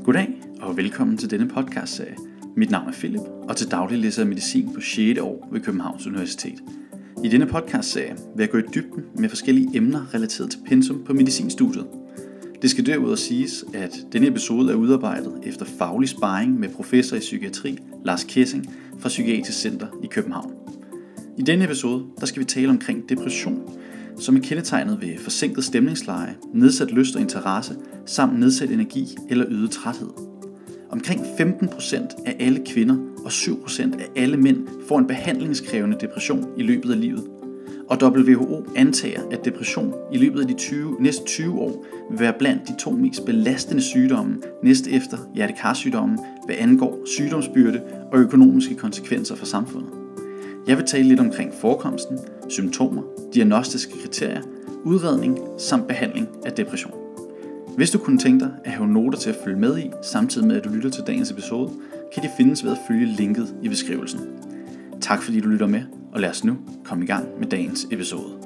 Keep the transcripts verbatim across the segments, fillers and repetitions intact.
Goddag og velkommen til denne podcastserie. Mit navn er Philip, og til daglig læser jeg medicin på sjette år ved Københavns Universitet. I denne podcastserie vil jeg gå i dybden med forskellige emner relateret til pensum på medicinstudiet. Det skal derudover siges, at denne episode er udarbejdet efter faglig sparring med professor i psykiatri Lars Kessing fra Psykiatrisk Center i København. I denne episode der skal vi tale omkring depression, som er kendetegnet ved forsinket stemningsleje, nedsat lyst og interesse, samt nedsat energi eller øget træthed. Omkring femten procent af alle kvinder og syv procent af alle mænd får en behandlingskrævende depression i løbet af livet. Og W H O antager, at depression i løbet af de tyve, næste tyve år vil være blandt de to mest belastende sygdomme næste efter hjertekarsygdommen, hvad angår sygdomsbyrde og økonomiske konsekvenser for samfundet. Jeg vil tale lidt omkring forekomsten, symptomer, diagnostiske kriterier, udredning samt behandling af depression. Hvis du kunne tænke dig at have noter til at følge med i, samtidig med at du lytter til dagens episode, kan de findes ved at følge linket i beskrivelsen. Tak fordi du lytter med, og lad os nu komme i gang med dagens episode.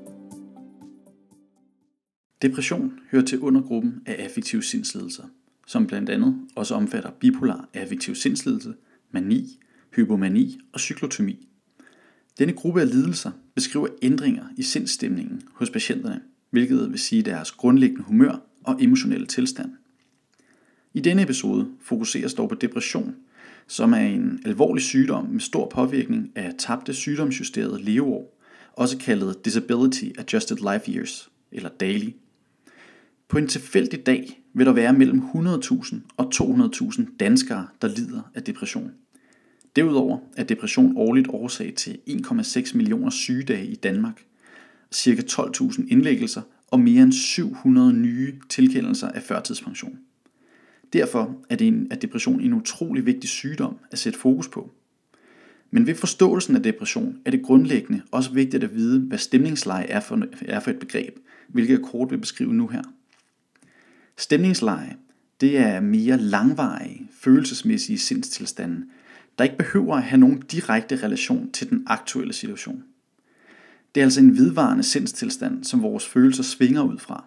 Depression hører til undergruppen af affektive sindslidelser, som blandt andet også omfatter bipolar affektiv sindslidelse, mani, hypomani og cyklotymi. Denne gruppe af lidelser beskriver ændringer i sindsstemningen hos patienterne, hvilket vil sige deres grundlæggende humør og emotionelle tilstand. I denne episode fokuseres dog på depression, som er en alvorlig sygdom med stor påvirkning af tabte sygdomsjusterede leveår, også kaldet Disability Adjusted Life Years, eller D A L Y. På en tilfældig dag vil der være mellem hundrede tusind og to hundrede tusind danskere, der lider af depression. Derudover er depression årligt årsag til en komma seks millioner sygedage i Danmark, ca. tolv tusind indlæggelser og mere end syv hundrede nye tilkendelser af førtidspension. Derfor er, det en, er depression en utrolig vigtig sygdom at sætte fokus på. Men ved forståelsen af depression er det grundlæggende også vigtigt at vide, hvad stemningsleje er for, er for et begreb, hvilket jeg kort vil beskrive nu her. Stemningsleje, det er mere langvarige, følelsesmæssige sindstilstande, der ikke behøver at have nogen direkte relation til den aktuelle situation. Det er altså en vedvarende sindstilstand, som vores følelser svinger ud fra.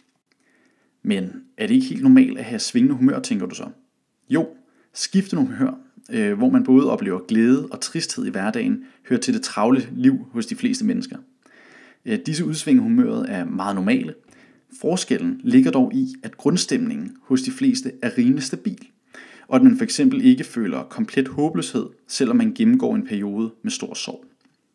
Men er det ikke helt normalt at have svingende humør, tænker du så? Jo, skiftende humør, øh, hvor man både oplever glæde og tristhed i hverdagen, hører til det travle liv hos de fleste mennesker. Øh, disse udsving i humøret er meget normale. Forskellen ligger dog i, at grundstemningen hos de fleste er rimelig stabil, og at man f.eks. ikke føler komplet håbløshed, selvom man gennemgår en periode med stor sorg.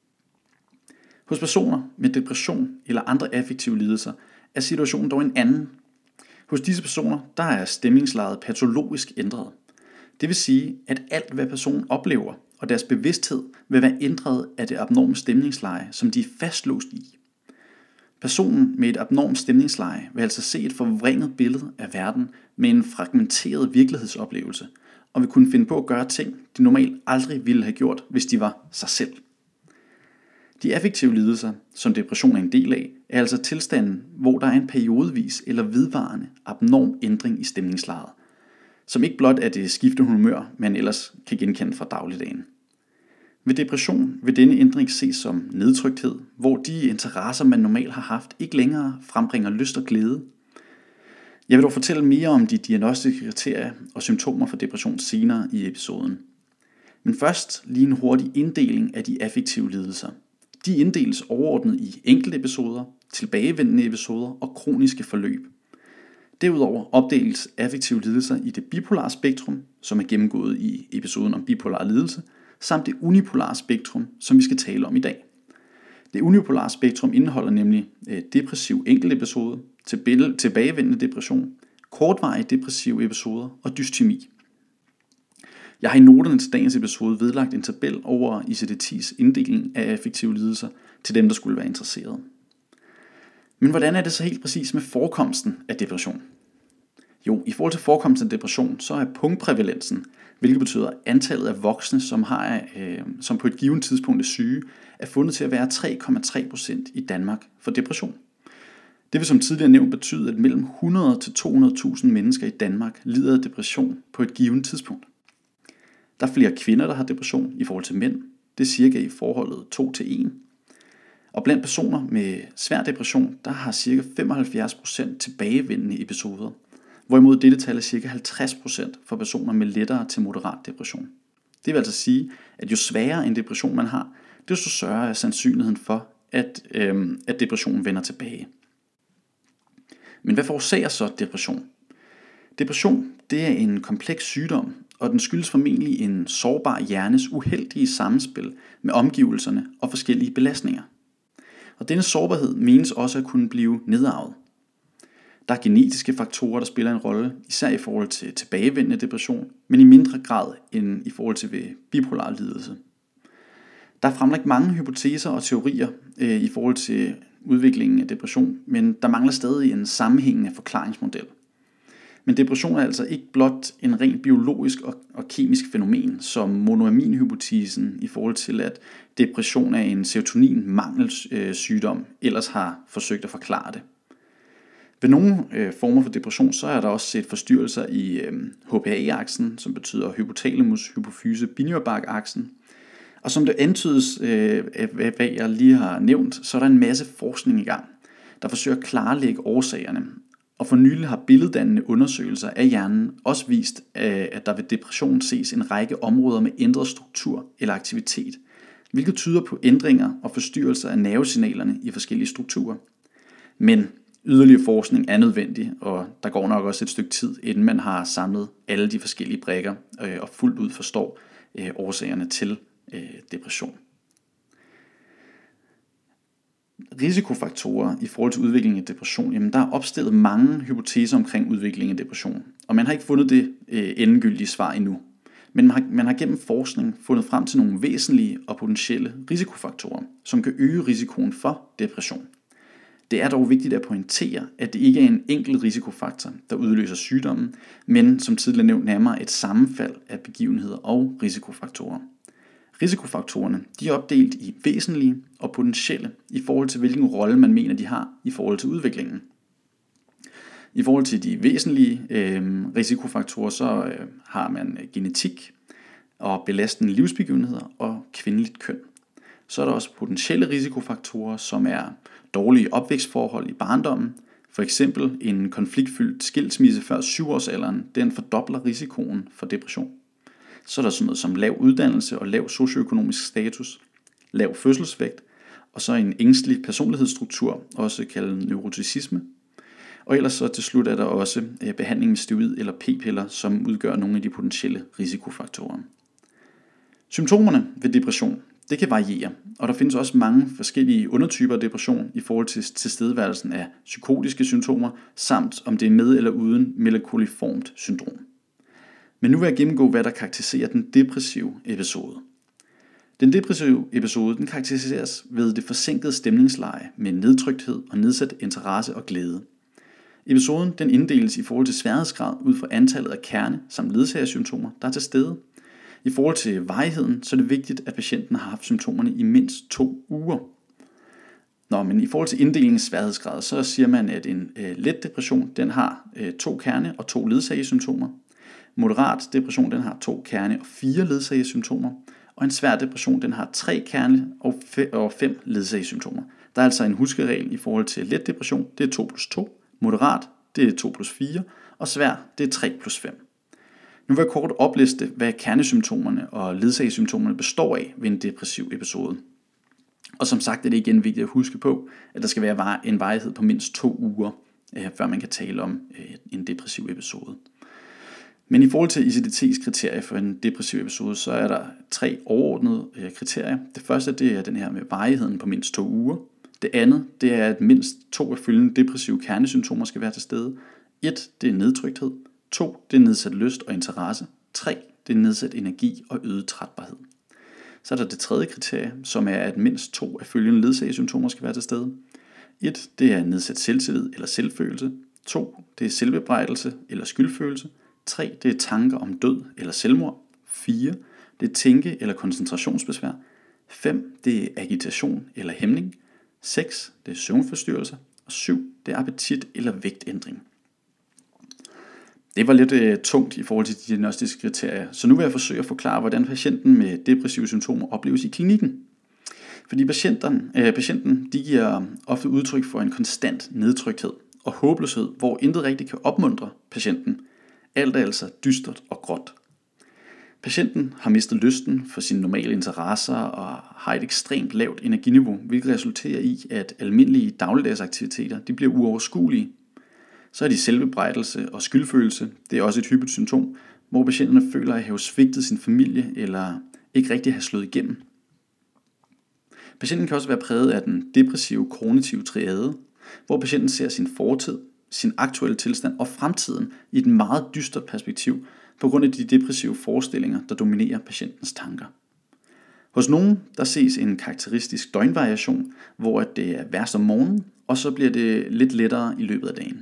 Hos personer med depression eller andre affektive lidelser er situationen dog en anden. Hos disse personer der er stemningslejet patologisk ændret. Det vil sige, at alt hvad personen oplever og deres bevidsthed vil være ændret af det abnorme stemningsleje, som de er fastlåst i. Personen med et abnormt stemningsleje vil altså se et forvrænget billede af verden med en fragmenteret virkelighedsoplevelse, og vil kunne finde på at gøre ting, de normalt aldrig ville have gjort, hvis de var sig selv. De affektive lidelser, som depression er en del af, er altså tilstanden, hvor der er en periodevis eller vedvarende abnorm ændring i stemningslejet, som ikke blot er det skiftende humør, man ellers kan genkende fra dagligdagen. Ved depression vil denne ændring ses som nedtrykthed, hvor de interesser, man normalt har haft, ikke længere frembringer lyst og glæde. Jeg vil dog fortælle mere om de diagnostiske kriterier og symptomer for depression senere i episoden. Men først lige en hurtig inddeling af de affektive lidelser. De inddeles overordnet i enkelte episoder, tilbagevendende episoder og kroniske forløb. Derudover opdeles affektive lidelser i det bipolare spektrum, som er gennemgået i episoden om bipolar lidelse, samt det unipolare spektrum, som vi skal tale om i dag. Det unipolare spektrum indeholder nemlig depressiv enkeltepisode, tilbagevendende depression, kortvarige depressive episoder og dystemi. Jeg har i noterne til dagens episode vedlagt en tabel over I C D ti's inddeling af affektive lidelser til dem, der skulle være interesseret. Men hvordan er det så helt præcis med forekomsten af depression? Jo, i forhold til forekomsten af depression, så er punktprævalensen, hvilket betyder antallet af voksne, som, har, øh, som på et givet tidspunkt er syge, er fundet til at være tre komma tre procent i Danmark for depression. Det vil som tidligere nævnt betyde, at mellem hundrede til to hundrede tusind mennesker i Danmark lider af depression på et givet tidspunkt. Der er flere kvinder, der har depression i forhold til mænd. Det er cirka i forholdet to til en. Og blandt personer med svær depression, der har cirka femoghalvfjerds procent tilbagevendende episoder, hvorimod dette tal er ca. halvtreds procent for personer med lettere til moderat depression. Det vil altså sige, at jo sværere en depression man har, desto større er sandsynligheden for, at, øh, at depressionen vender tilbage. Men hvad forårsager så depression? Depression det er en kompleks sygdom, og den skyldes formentlig en sårbar hjernes uheldige sammenspil med omgivelserne og forskellige belastninger. Og denne sårbarhed menes også at kunne blive nedarvet. Der er genetiske faktorer, der spiller en rolle, især i forhold til tilbagevendende depression, men i mindre grad end i forhold til ved bipolar lidelse. Der er fremlagt mange hypoteser og teorier øh, i forhold til udviklingen af depression, men der mangler stadig en sammenhængende forklaringsmodel. Men depression er altså ikke blot en rent biologisk og, og kemisk fænomen, som monoaminhypotesen i forhold til, at depression er en serotonin-mangelsygdom, ellers har forsøgt at forklare det. Ved nogle øh, former for depression, så er der også set forstyrrelser i øh, H P A-aksen, som betyder hypotalamus, hypofyse, binyrbark-aksen. Og som det antydes, øh, hvad jeg lige har nævnt, så er der en masse forskning i gang, der forsøger at klarlægge årsagerne. Og for nylig har billeddannende undersøgelser af hjernen også vist, at der ved depression ses en række områder med ændret struktur eller aktivitet, hvilket tyder på ændringer og forstyrrelser af nervesignalerne i forskellige strukturer. Men yderligere forskning er nødvendig, og der går nok også et stykke tid, inden man har samlet alle de forskellige brikker og fuldt ud forstår årsagerne til depression. Risikofaktorer i forhold til udviklingen af depression, jamen der er opstillet mange hypoteser omkring udviklingen af depression, og man har ikke fundet det øh, endegyldige svar endnu. Men man har, man har gennem forskning fundet frem til nogle væsentlige og potentielle risikofaktorer, som kan øge risikoen for depression. Det er dog vigtigt at pointere, at det ikke er en enkelt risikofaktor, der udløser sygdommen, men som tidligere nævnt nærmere et sammenfald af begivenheder og risikofaktorer. Risikofaktorerne de er opdelt i væsentlige og potentielle i forhold til hvilken rolle man mener de har i forhold til udviklingen. I forhold til de væsentlige øh, risikofaktorer så øh, har man genetik og belastende livsbegivenheder og kvindeligt køn. Så er der også potentielle risikofaktorer, som er dårlige opvækstforhold i barndommen. For eksempel en konfliktfyldt skilsmisse før syvårsalderen, den fordobler risikoen for depression. Så er der sådan noget som lav uddannelse og lav socioøkonomisk status, lav fødselsvægt, og så en ængstelig personlighedsstruktur, også kaldet neuroticisme. Og ellers så til slut er der også behandling med steroid eller p-piller, som udgør nogle af de potentielle risikofaktorer. Symptomerne ved depression, det kan variere, og der findes også mange forskellige undertyper af depression i forhold til tilstedeværelsen af psykotiske symptomer, samt om det er med eller uden melankoliformt syndrom. Men nu vil jeg gennemgå, hvad der karakteriserer den depressive episode. Den depressive episode den karakteriseres ved det forsinkede stemningsleje med nedtrykthed og nedsat interesse og glæde. Episoden den inddeles i forhold til sværhedsgrad ud fra antallet af kerne samt ledsagersymptomer, der er til stede. I forhold til varigheden, så er det vigtigt, at patienten har haft symptomerne i mindst to uger. Nå, men i forhold til inddelingen af sværhedsgrad, så siger man, at en øh, let depression den har øh, to kerne og to ledsagersymptomer. Moderat depression den har to kerne og fire ledsagersymptomer, og en svær depression den har tre kerne og, fe- og fem ledsagersymptomer. Der er altså en huskeregel i forhold til let depression, det er to plus to, moderat det er to plus fire, og svær det er tre plus fem. Nu vil jeg kort opliste, hvad kernesymptomerne og ledsagersymptomerne består af ved en depressiv episode. Og som sagt er det igen vigtigt at huske på, at der skal være en varighed på mindst to uger, før man kan tale om en depressiv episode. Men i forhold til I C D T's kriterier for en depressiv episode, så er der tre overordnede kriterier. Det første det er den her med varigheden på mindst to uger. Det andet det er, at mindst to af følgende depressive kernesymptomer skal være til stede. Et, det er nedtrykthed. To, det er nedsat lyst og interesse. Tre, det er nedsat energi og øget trætbarhed. Så er der det tredje kriterie, som er, at mindst to af følgende ledsagersymptomer skal være til stede. Et, det er nedsat selvtillid eller selvfølelse. To, det er selvbebrejdelse eller skyldfølelse. tre. Det er tanker om død eller selvmord. fire. Det er tænke- eller koncentrationsbesvær. fem. Det er agitation eller hæmning. seks. Det er søvnforstyrrelser. Og syv. Det er appetit eller vægtændring. Det var lidt øh, tungt i forhold til de diagnostiske kriterier, så nu vil jeg forsøge at forklare, hvordan patienten med depressive symptomer opleves i klinikken. Fordi patienten, øh, patienten de giver ofte udtryk for en konstant nedtrykthed, og håbløshed, hvor intet rigtigt kan opmuntre patienten. Alt er altså dystert og gråt. Patienten har mistet lysten for sine normale interesser og har et ekstremt lavt energiniveau, hvilket resulterer i, at almindelige dagligdagsaktiviteter de bliver uoverskuelige. Så er de selvbebrejdelse og skyldfølelse. Det er også et hyppigt symptom, hvor patienterne føler at have svigtet sin familie eller ikke rigtig have slået igennem. Patienten kan også være præget af den depressive kognitive triade, hvor patienten ser sin fortid, sin aktuelle tilstand og fremtiden i et meget dystert perspektiv på grund af de depressive forestillinger, der dominerer patientens tanker. Hos nogen der ses en karakteristisk døgnvariation, hvor det er værst om morgenen, og så bliver det lidt lettere i løbet af dagen.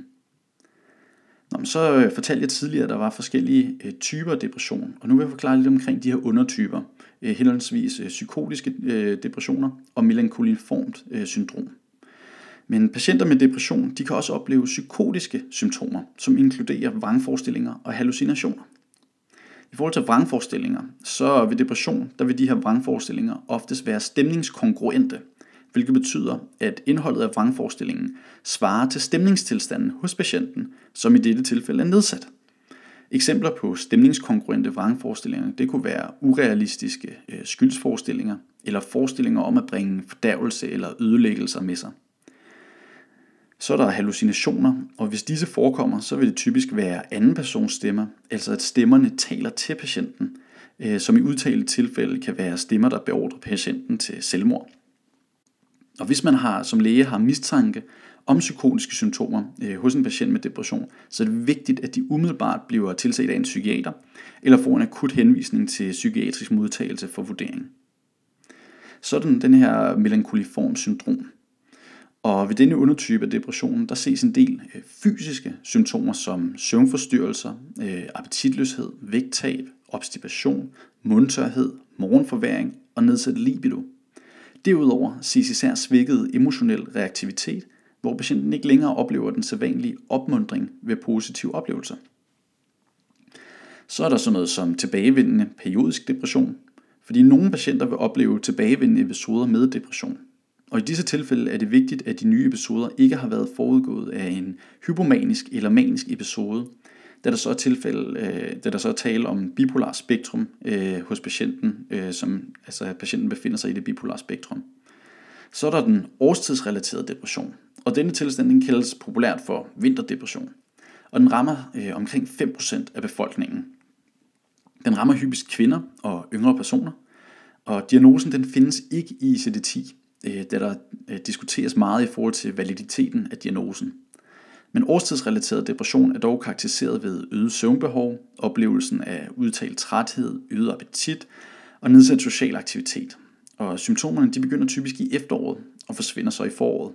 Nå, så fortalte jeg tidligere, at der var forskellige øh, typer af depression, og nu vil jeg forklare lidt omkring de her undertyper, øh, henholdsvis øh, psykotiske øh, depressioner og melankoliformt øh, syndrom. Men patienter med depression, de kan også opleve psykotiske symptomer, som inkluderer vrangforestillinger og hallucinationer. I forhold til vrangforestillinger, så ved depression, der vil de her vrangforestillinger oftest være stemningskongruente, hvilket betyder, at indholdet af vrangforestillingen svarer til stemningstilstanden hos patienten, som i dette tilfælde er nedsat. Eksempler på stemningskongruente vrangforestillinger, det kunne være urealistiske øh, skyldsforestillinger, eller forestillinger om at bringe fordærvelse eller ødelæggelser med sig. Så er der hallucinationer, og hvis disse forekommer, så vil det typisk være anden persons stemmer, altså at stemmerne taler til patienten, øh, som i udtalte tilfælde kan være stemmer, der beordrer patienten til selvmord. Og hvis man har, som læge har mistanke om psykotiske symptomer øh, hos en patient med depression, så er det vigtigt, at de umiddelbart bliver tilset af en psykiater, eller får en akut henvisning til psykiatrisk modtagelse for vurdering. Sådan den her melankoliform syndrom. Og ved denne undertype af depressionen, der ses en del øh, fysiske symptomer som søvnforstyrrelser, øh, appetitløshed, vægttab, obstipation, mundtørhed, morgenforværing og nedsat libido. Derudover ses især svækket emotionel reaktivitet, hvor patienten ikke længere oplever den sædvanlige opmuntring ved positive oplevelser. Så er der sådan noget som tilbagevendende periodisk depression, fordi nogle patienter vil opleve tilbagevendende episoder med depression. Og i disse tilfælde er det vigtigt, at de nye episoder ikke har været forudgået af en hypomanisk eller manisk episode, da der så er, tilfælde, øh, da der så er tale om bipolar spektrum øh, hos patienten, øh, som altså at patienten befinder sig i det bipolare spektrum. Så er der den årstidsrelaterede depression, og denne tilstand kaldes populært for vinterdepression, og den rammer øh, omkring fem procent af befolkningen. Den rammer hyppigst kvinder og yngre personer, og diagnosen den findes ikke i I C D ti, øh, da der øh, diskuteres meget i forhold til validiteten af diagnosen. Men årstidsrelateret depression er dog karakteriseret ved øget søvnbehov, oplevelsen af udtalt træthed, øget appetit og nedsat social aktivitet. Og symptomerne de begynder typisk i efteråret og forsvinder så i foråret.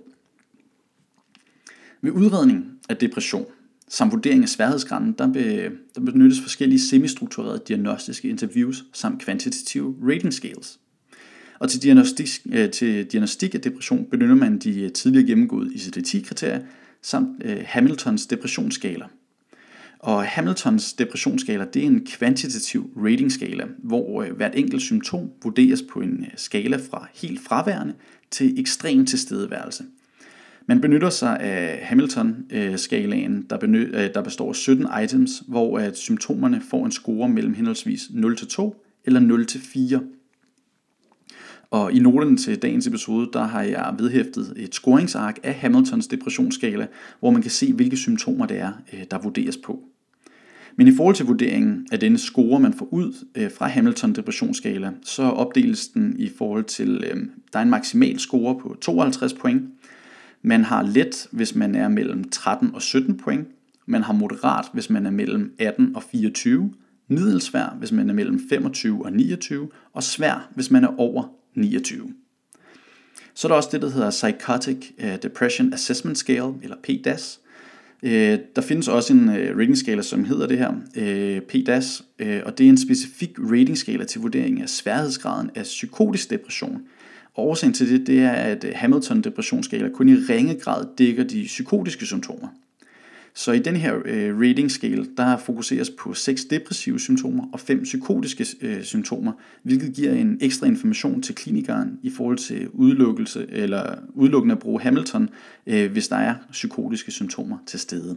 Ved udredning af depression samt vurdering af sværhedsgraden, der, be, der benyttes forskellige semistrukturerede diagnostiske interviews samt kvantitative rating scales. Og til diagnostik, til diagnostik af depression benytter man de tidligere gennemgåede I C D ti-kriterier samt øh, Hamiltons depressionsskala. Og Hamiltons depressionsskala det er en kvantitativ ratingskala, hvor øh, hvert enkelt symptom vurderes på en øh, skala fra helt fraværende til ekstrem tilstedeværelse. Man benytter sig af Hamilton-skalaen, der, benyt, øh, der består af sytten items, hvor at symptomerne får en score mellem henholdsvis nul til to eller nul til fire. Og i noterne til dagens episode, der har jeg vedhæftet et scoringsark af Hamiltons depressionsskala, hvor man kan se, hvilke symptomer det er, der vurderes på. Men i forhold til vurderingen af denne score, man får ud fra Hamilton depressionsskala, så opdeles den i forhold til, der er en maksimal score på tooghalvtreds point. Man har let, hvis man er mellem tretten og sytten point. Man har moderat, hvis man er mellem atten og fireogtyve. Middelsvær, hvis man er mellem femogtyve og niogtyve. Og svær, hvis man er over niogtyve. Så er der også det, der hedder Psychotic Depression Assessment Scale, eller P D A S. Der findes også en ratingskala, som hedder det her, P D A S, og det er en specifik ratingskala til vurdering af sværhedsgraden af psykotisk depression. Og årsagen til det, det er, at Hamilton depressionsskala kun i ringe grad dækker de psykotiske symptomer. Så i den her øh, rating scale, der fokuseres på seks depressive symptomer og fem psykotiske øh, symptomer, hvilket giver en ekstra information til klinikeren i forhold til udelukkelse eller udelukkende at bruge Hamilton, øh, hvis der er psykotiske symptomer til stede.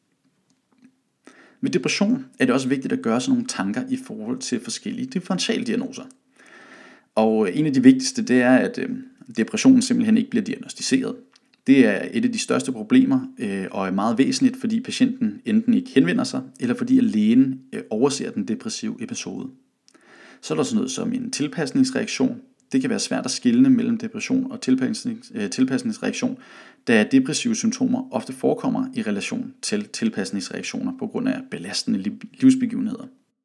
Ved depression er det også vigtigt at gøre sig nogle tanker i forhold til forskellige differentialdiagnoser. Og en af de vigtigste, det er, at øh, depressionen simpelthen ikke bliver diagnostiseret. Det er et af de største problemer, øh, og er meget væsentligt, fordi patienten enten ikke henvender sig, eller fordi lægen øh, overser den depressive episode. Så er der sådan noget som en tilpasningsreaktion. Det kan være svært at skelne mellem depression og tilpasnings, øh, tilpasningsreaktion, da depressive symptomer ofte forekommer i relation til tilpasningsreaktioner på grund af belastende livsbegivenheder.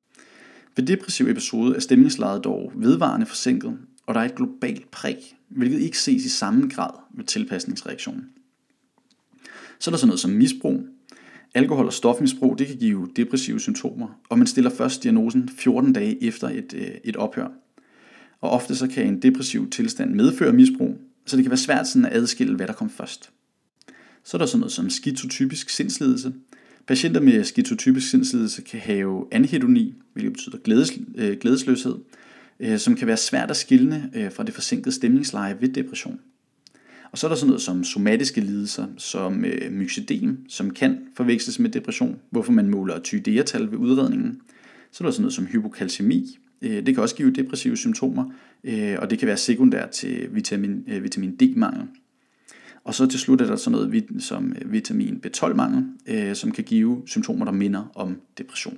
Ved depressiv episode er stemningslejet dog vedvarende forsinket, og der er et globalt præg, hvilket ikke ses i samme grad ved tilpasningsreaktionen. Så er der sådan noget som misbrug. Alkohol- og stofmisbrug, det kan give depressive symptomer, og man stiller først diagnosen fjorten dage efter et, et ophør. Og ofte så kan en depressiv tilstand medføre misbrug, så det kan være svært sådan at adskille, hvad der kom først. Så er der sådan noget som skizotypisk sindslidelse. Patienter med skizotypisk sindslidelse kan have anhedoni, hvilket betyder glædes, øh, glædesløshed, øh, som kan være svært at skelne øh, fra det forsinkede stemningsleje ved depression. Og så er der sådan noget som somatiske lidelser, som øh, myxedem, som kan forveksles med depression, hvorfor man måler tydeatal ved udredningen. Så er der sådan noget som hypokalcemi. Øh, det kan også give depressive symptomer, øh, og det kan være sekundært til vitamin, øh, vitamin D-mangel. Og så til slut er der sådan noget som vitamin B tolv mangel, øh, som kan give symptomer, der minder om depression.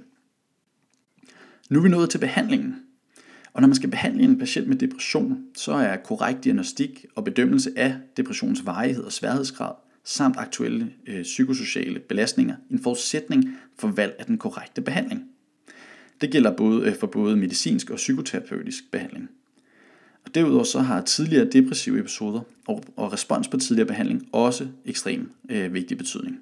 Nu er vi nået til behandlingen. Og når man skal behandle en patient med depression, så er korrekt diagnostik og bedømmelse af depressionens varighed og sværhedsgrad, samt aktuelle øh, psykosociale belastninger, en forudsætning for valg af den korrekte behandling. Det gælder både, øh, for både medicinsk og psykoterapeutisk behandling. Og derudover så har tidligere depressive episoder og, og respons på tidligere behandling også ekstrem øh, vigtig betydning.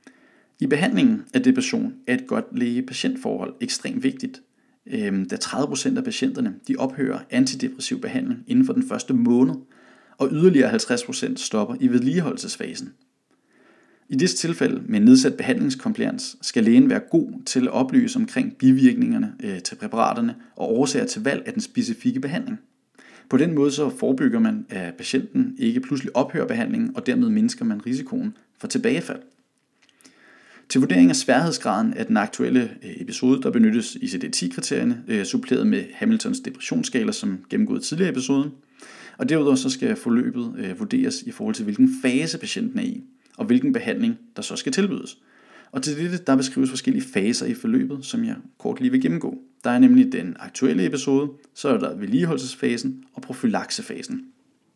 I behandlingen af depression er et godt læge-patientforhold ekstremt vigtigt, øh, da tredive procent af patienterne de ophører antidepressiv behandling inden for den første måned, og yderligere halvtreds procent stopper i vedligeholdelsesfasen. I disse tilfælde med nedsat behandlingskomplians skal lægen være god til at oplyse omkring bivirkningerne øh, til præparaterne og årsager til valg af den specifikke behandling. På den måde så forebygger man, at patienten ikke pludselig ophører behandlingen, og dermed mindsker man risikoen for tilbagefald. Til vurdering af sværhedsgraden af den aktuelle episode, der benyttes I C D ti-kriterierne, suppleret med Hamiltons depressionsskala, som gennemgået tidligere i episoden. Og derudover så skal forløbet vurderes i forhold til, hvilken fase patienten er i, og hvilken behandling, der så skal tilbydes. Og til dette, der beskrives forskellige faser i forløbet, som jeg kort lige vil gennemgå. Der er nemlig den aktuelle episode, så er der vedligeholdelsesfasen og profylaxefasen.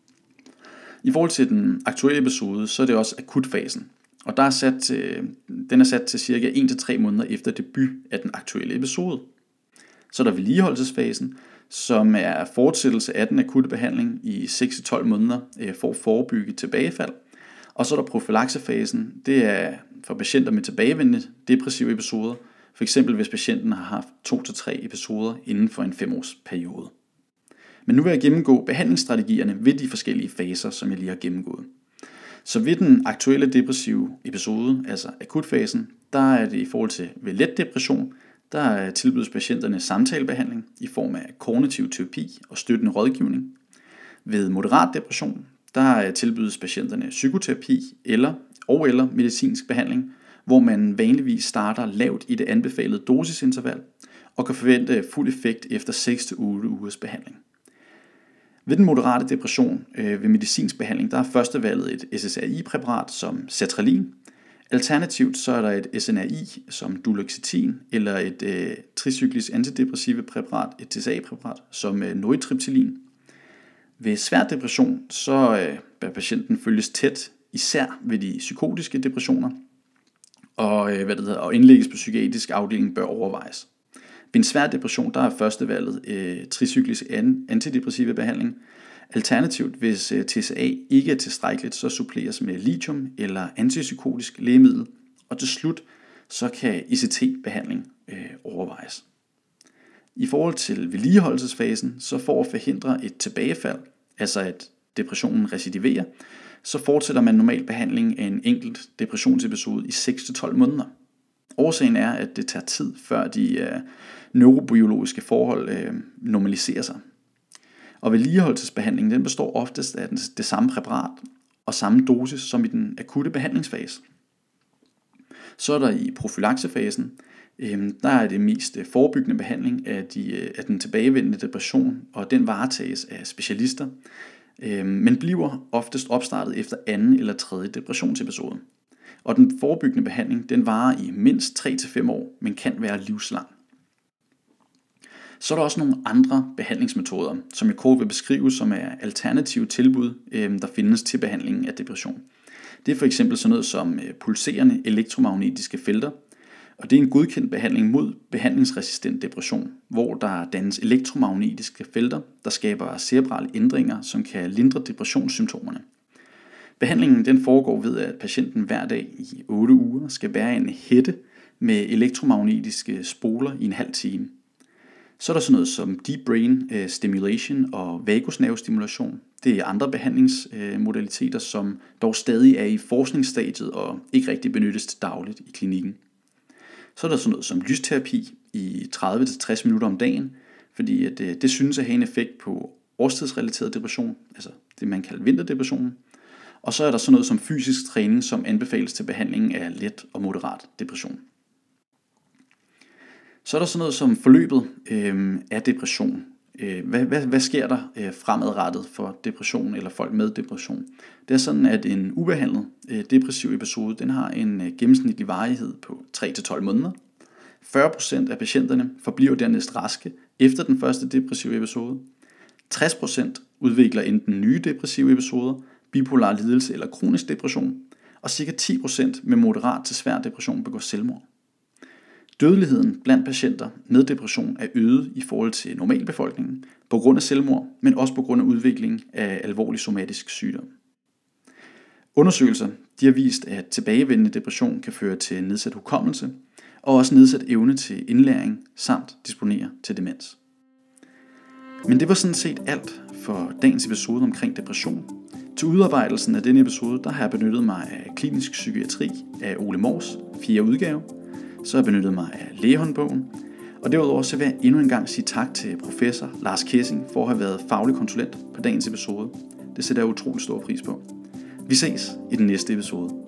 I forhold til den aktuelle episode, så er det også akutfasen. Og der er sat til, den er sat til cirka en til tre måneder efter debut af den aktuelle episode. Så er der vedligeholdelsesfasen, som er fortsættelse af den akutte behandling i seks til tolv måneder for at forebygge tilbagefald. Og så er der profylaxefasen, det er for patienter med tilbagevendende depressive episoder, for eksempel hvis patienten har haft to til tre episoder inden for en fem års periode. Men nu vil jeg gennemgå behandlingsstrategierne ved de forskellige faser, som jeg lige har gennemgået. Så ved den aktuelle depressive episode, altså akutfasen, der er det i forhold til ved let depression, der tilbydes patienterne samtalebehandling i form af kognitiv terapi og støttende rådgivning. Ved moderat depression, der tilbydes patienterne psykoterapi eller, og eller medicinsk behandling, hvor man vanligvis starter lavt i det anbefalede dosisinterval og kan forvente fuld effekt efter seks til otte ugers behandling. Ved den moderate depression øh, ved medicinsk behandling, der er førstevalget et S S R I-præparat som sertralin. Alternativt så er der et S N R I som duloxetin eller et øh, tricyklisk antidepressive præparat, et T S A-præparat som øh, nortriptylin. Ved svær depression så øh, bør patienten følges tæt, især ved de psykotiske depressioner, og, øh, hvad det hedder, og indlægges på psykiatrisk afdeling bør overvejes. Ved en svær depression, der er førstevalget øh, tricyklisk antidepressive behandling. Alternativt, hvis øh, T S A ikke er tilstrækkeligt, så suppleres med lithium eller antipsykotisk lægemiddel. Og til slut, så kan I C T-behandling øh, overvejes. I forhold til vedligeholdelsesfasen, så for at forhindre et tilbagefald, altså at depressionen recidiverer, så fortsætter man normalt behandling af en enkelt depressionsepisode i seks til tolv måneder. Årsagen er, at det tager tid, før de øh, neurobiologiske forhold øh, normaliserer sig. Og vedligeholdelsesbehandlingen den består oftest af det samme præparat og samme dosis som i den akutte behandlingsfase. Så er der i profylaksefasen, øh, der er det mest forebyggende behandling af, de, af den tilbagevendende depression, og den varetages af specialister, øh, men bliver oftest opstartet efter anden eller tredje depressionsepisode. Og den forebyggende behandling den varer i mindst tre til fem år, men kan være livslang. Så er der også nogle andre behandlingsmetoder, som jeg kort vil beskrive, som er alternative tilbud, der findes til behandlingen af depression. Det er for eksempel sådan noget som pulserende elektromagnetiske felter, og det er en godkendt behandling mod behandlingsresistent depression, hvor der dannes elektromagnetiske felter, der skaber cerebrale ændringer, som kan lindre depressionssymptomerne. Behandlingen den foregår ved, at patienten hver dag i otte uger skal bære en hætte med elektromagnetiske spoler i en halv time. Så er der sådan noget som deep brain stimulation og vagusnervestimulation. Det er andre behandlingsmodaliteter, som dog stadig er i forskningsstadiet og ikke rigtig benyttes til dagligt i klinikken. Så er der sådan noget som lysterapi i tredive til tres minutter om dagen, fordi at det, det synes at have en effekt på årstidsrelateret depression, altså det man kalder vinterdepressionen. Og så er der sådan noget som fysisk træning, som anbefales til behandling af let og moderat depression. Så er der sådan noget som forløbet øh, af depression. Hvad, hvad, hvad sker der øh, fremadrettet for depression eller folk med depression? Det er sådan, at en ubehandlet øh, depressiv episode den har en øh, gennemsnitlig varighed på tre til tolv måneder. fyrre procent af patienterne forbliver dernæst raske efter den første depressive episode. tres procent udvikler enten nye depressive episoder, bipolar lidelse eller kronisk depression, og ca. ti procent med moderat til svær depression begår selvmord. Dødeligheden blandt patienter med depression er øget i forhold til normalbefolkningen på grund af selvmord, men også på grund af udvikling af alvorlig somatisk sygdom. Undersøgelser de har vist, at tilbagevendende depression kan føre til nedsat hukommelse og også nedsat evne til indlæring samt disponere til demens. Men det var sådan set alt for dagens episode omkring depression. Til udarbejdelsen af denne episode der har jeg benyttet mig af klinisk psykiatri af Ole Mors, fjerde udgave. Så har jeg benyttet mig af lægehåndbogen, og derudover så vil jeg endnu en gang sige tak til professor Lars Kessing for at have været faglig konsulent på dagens episode. Det sætter jeg utrolig stor pris på. Vi ses i den næste episode.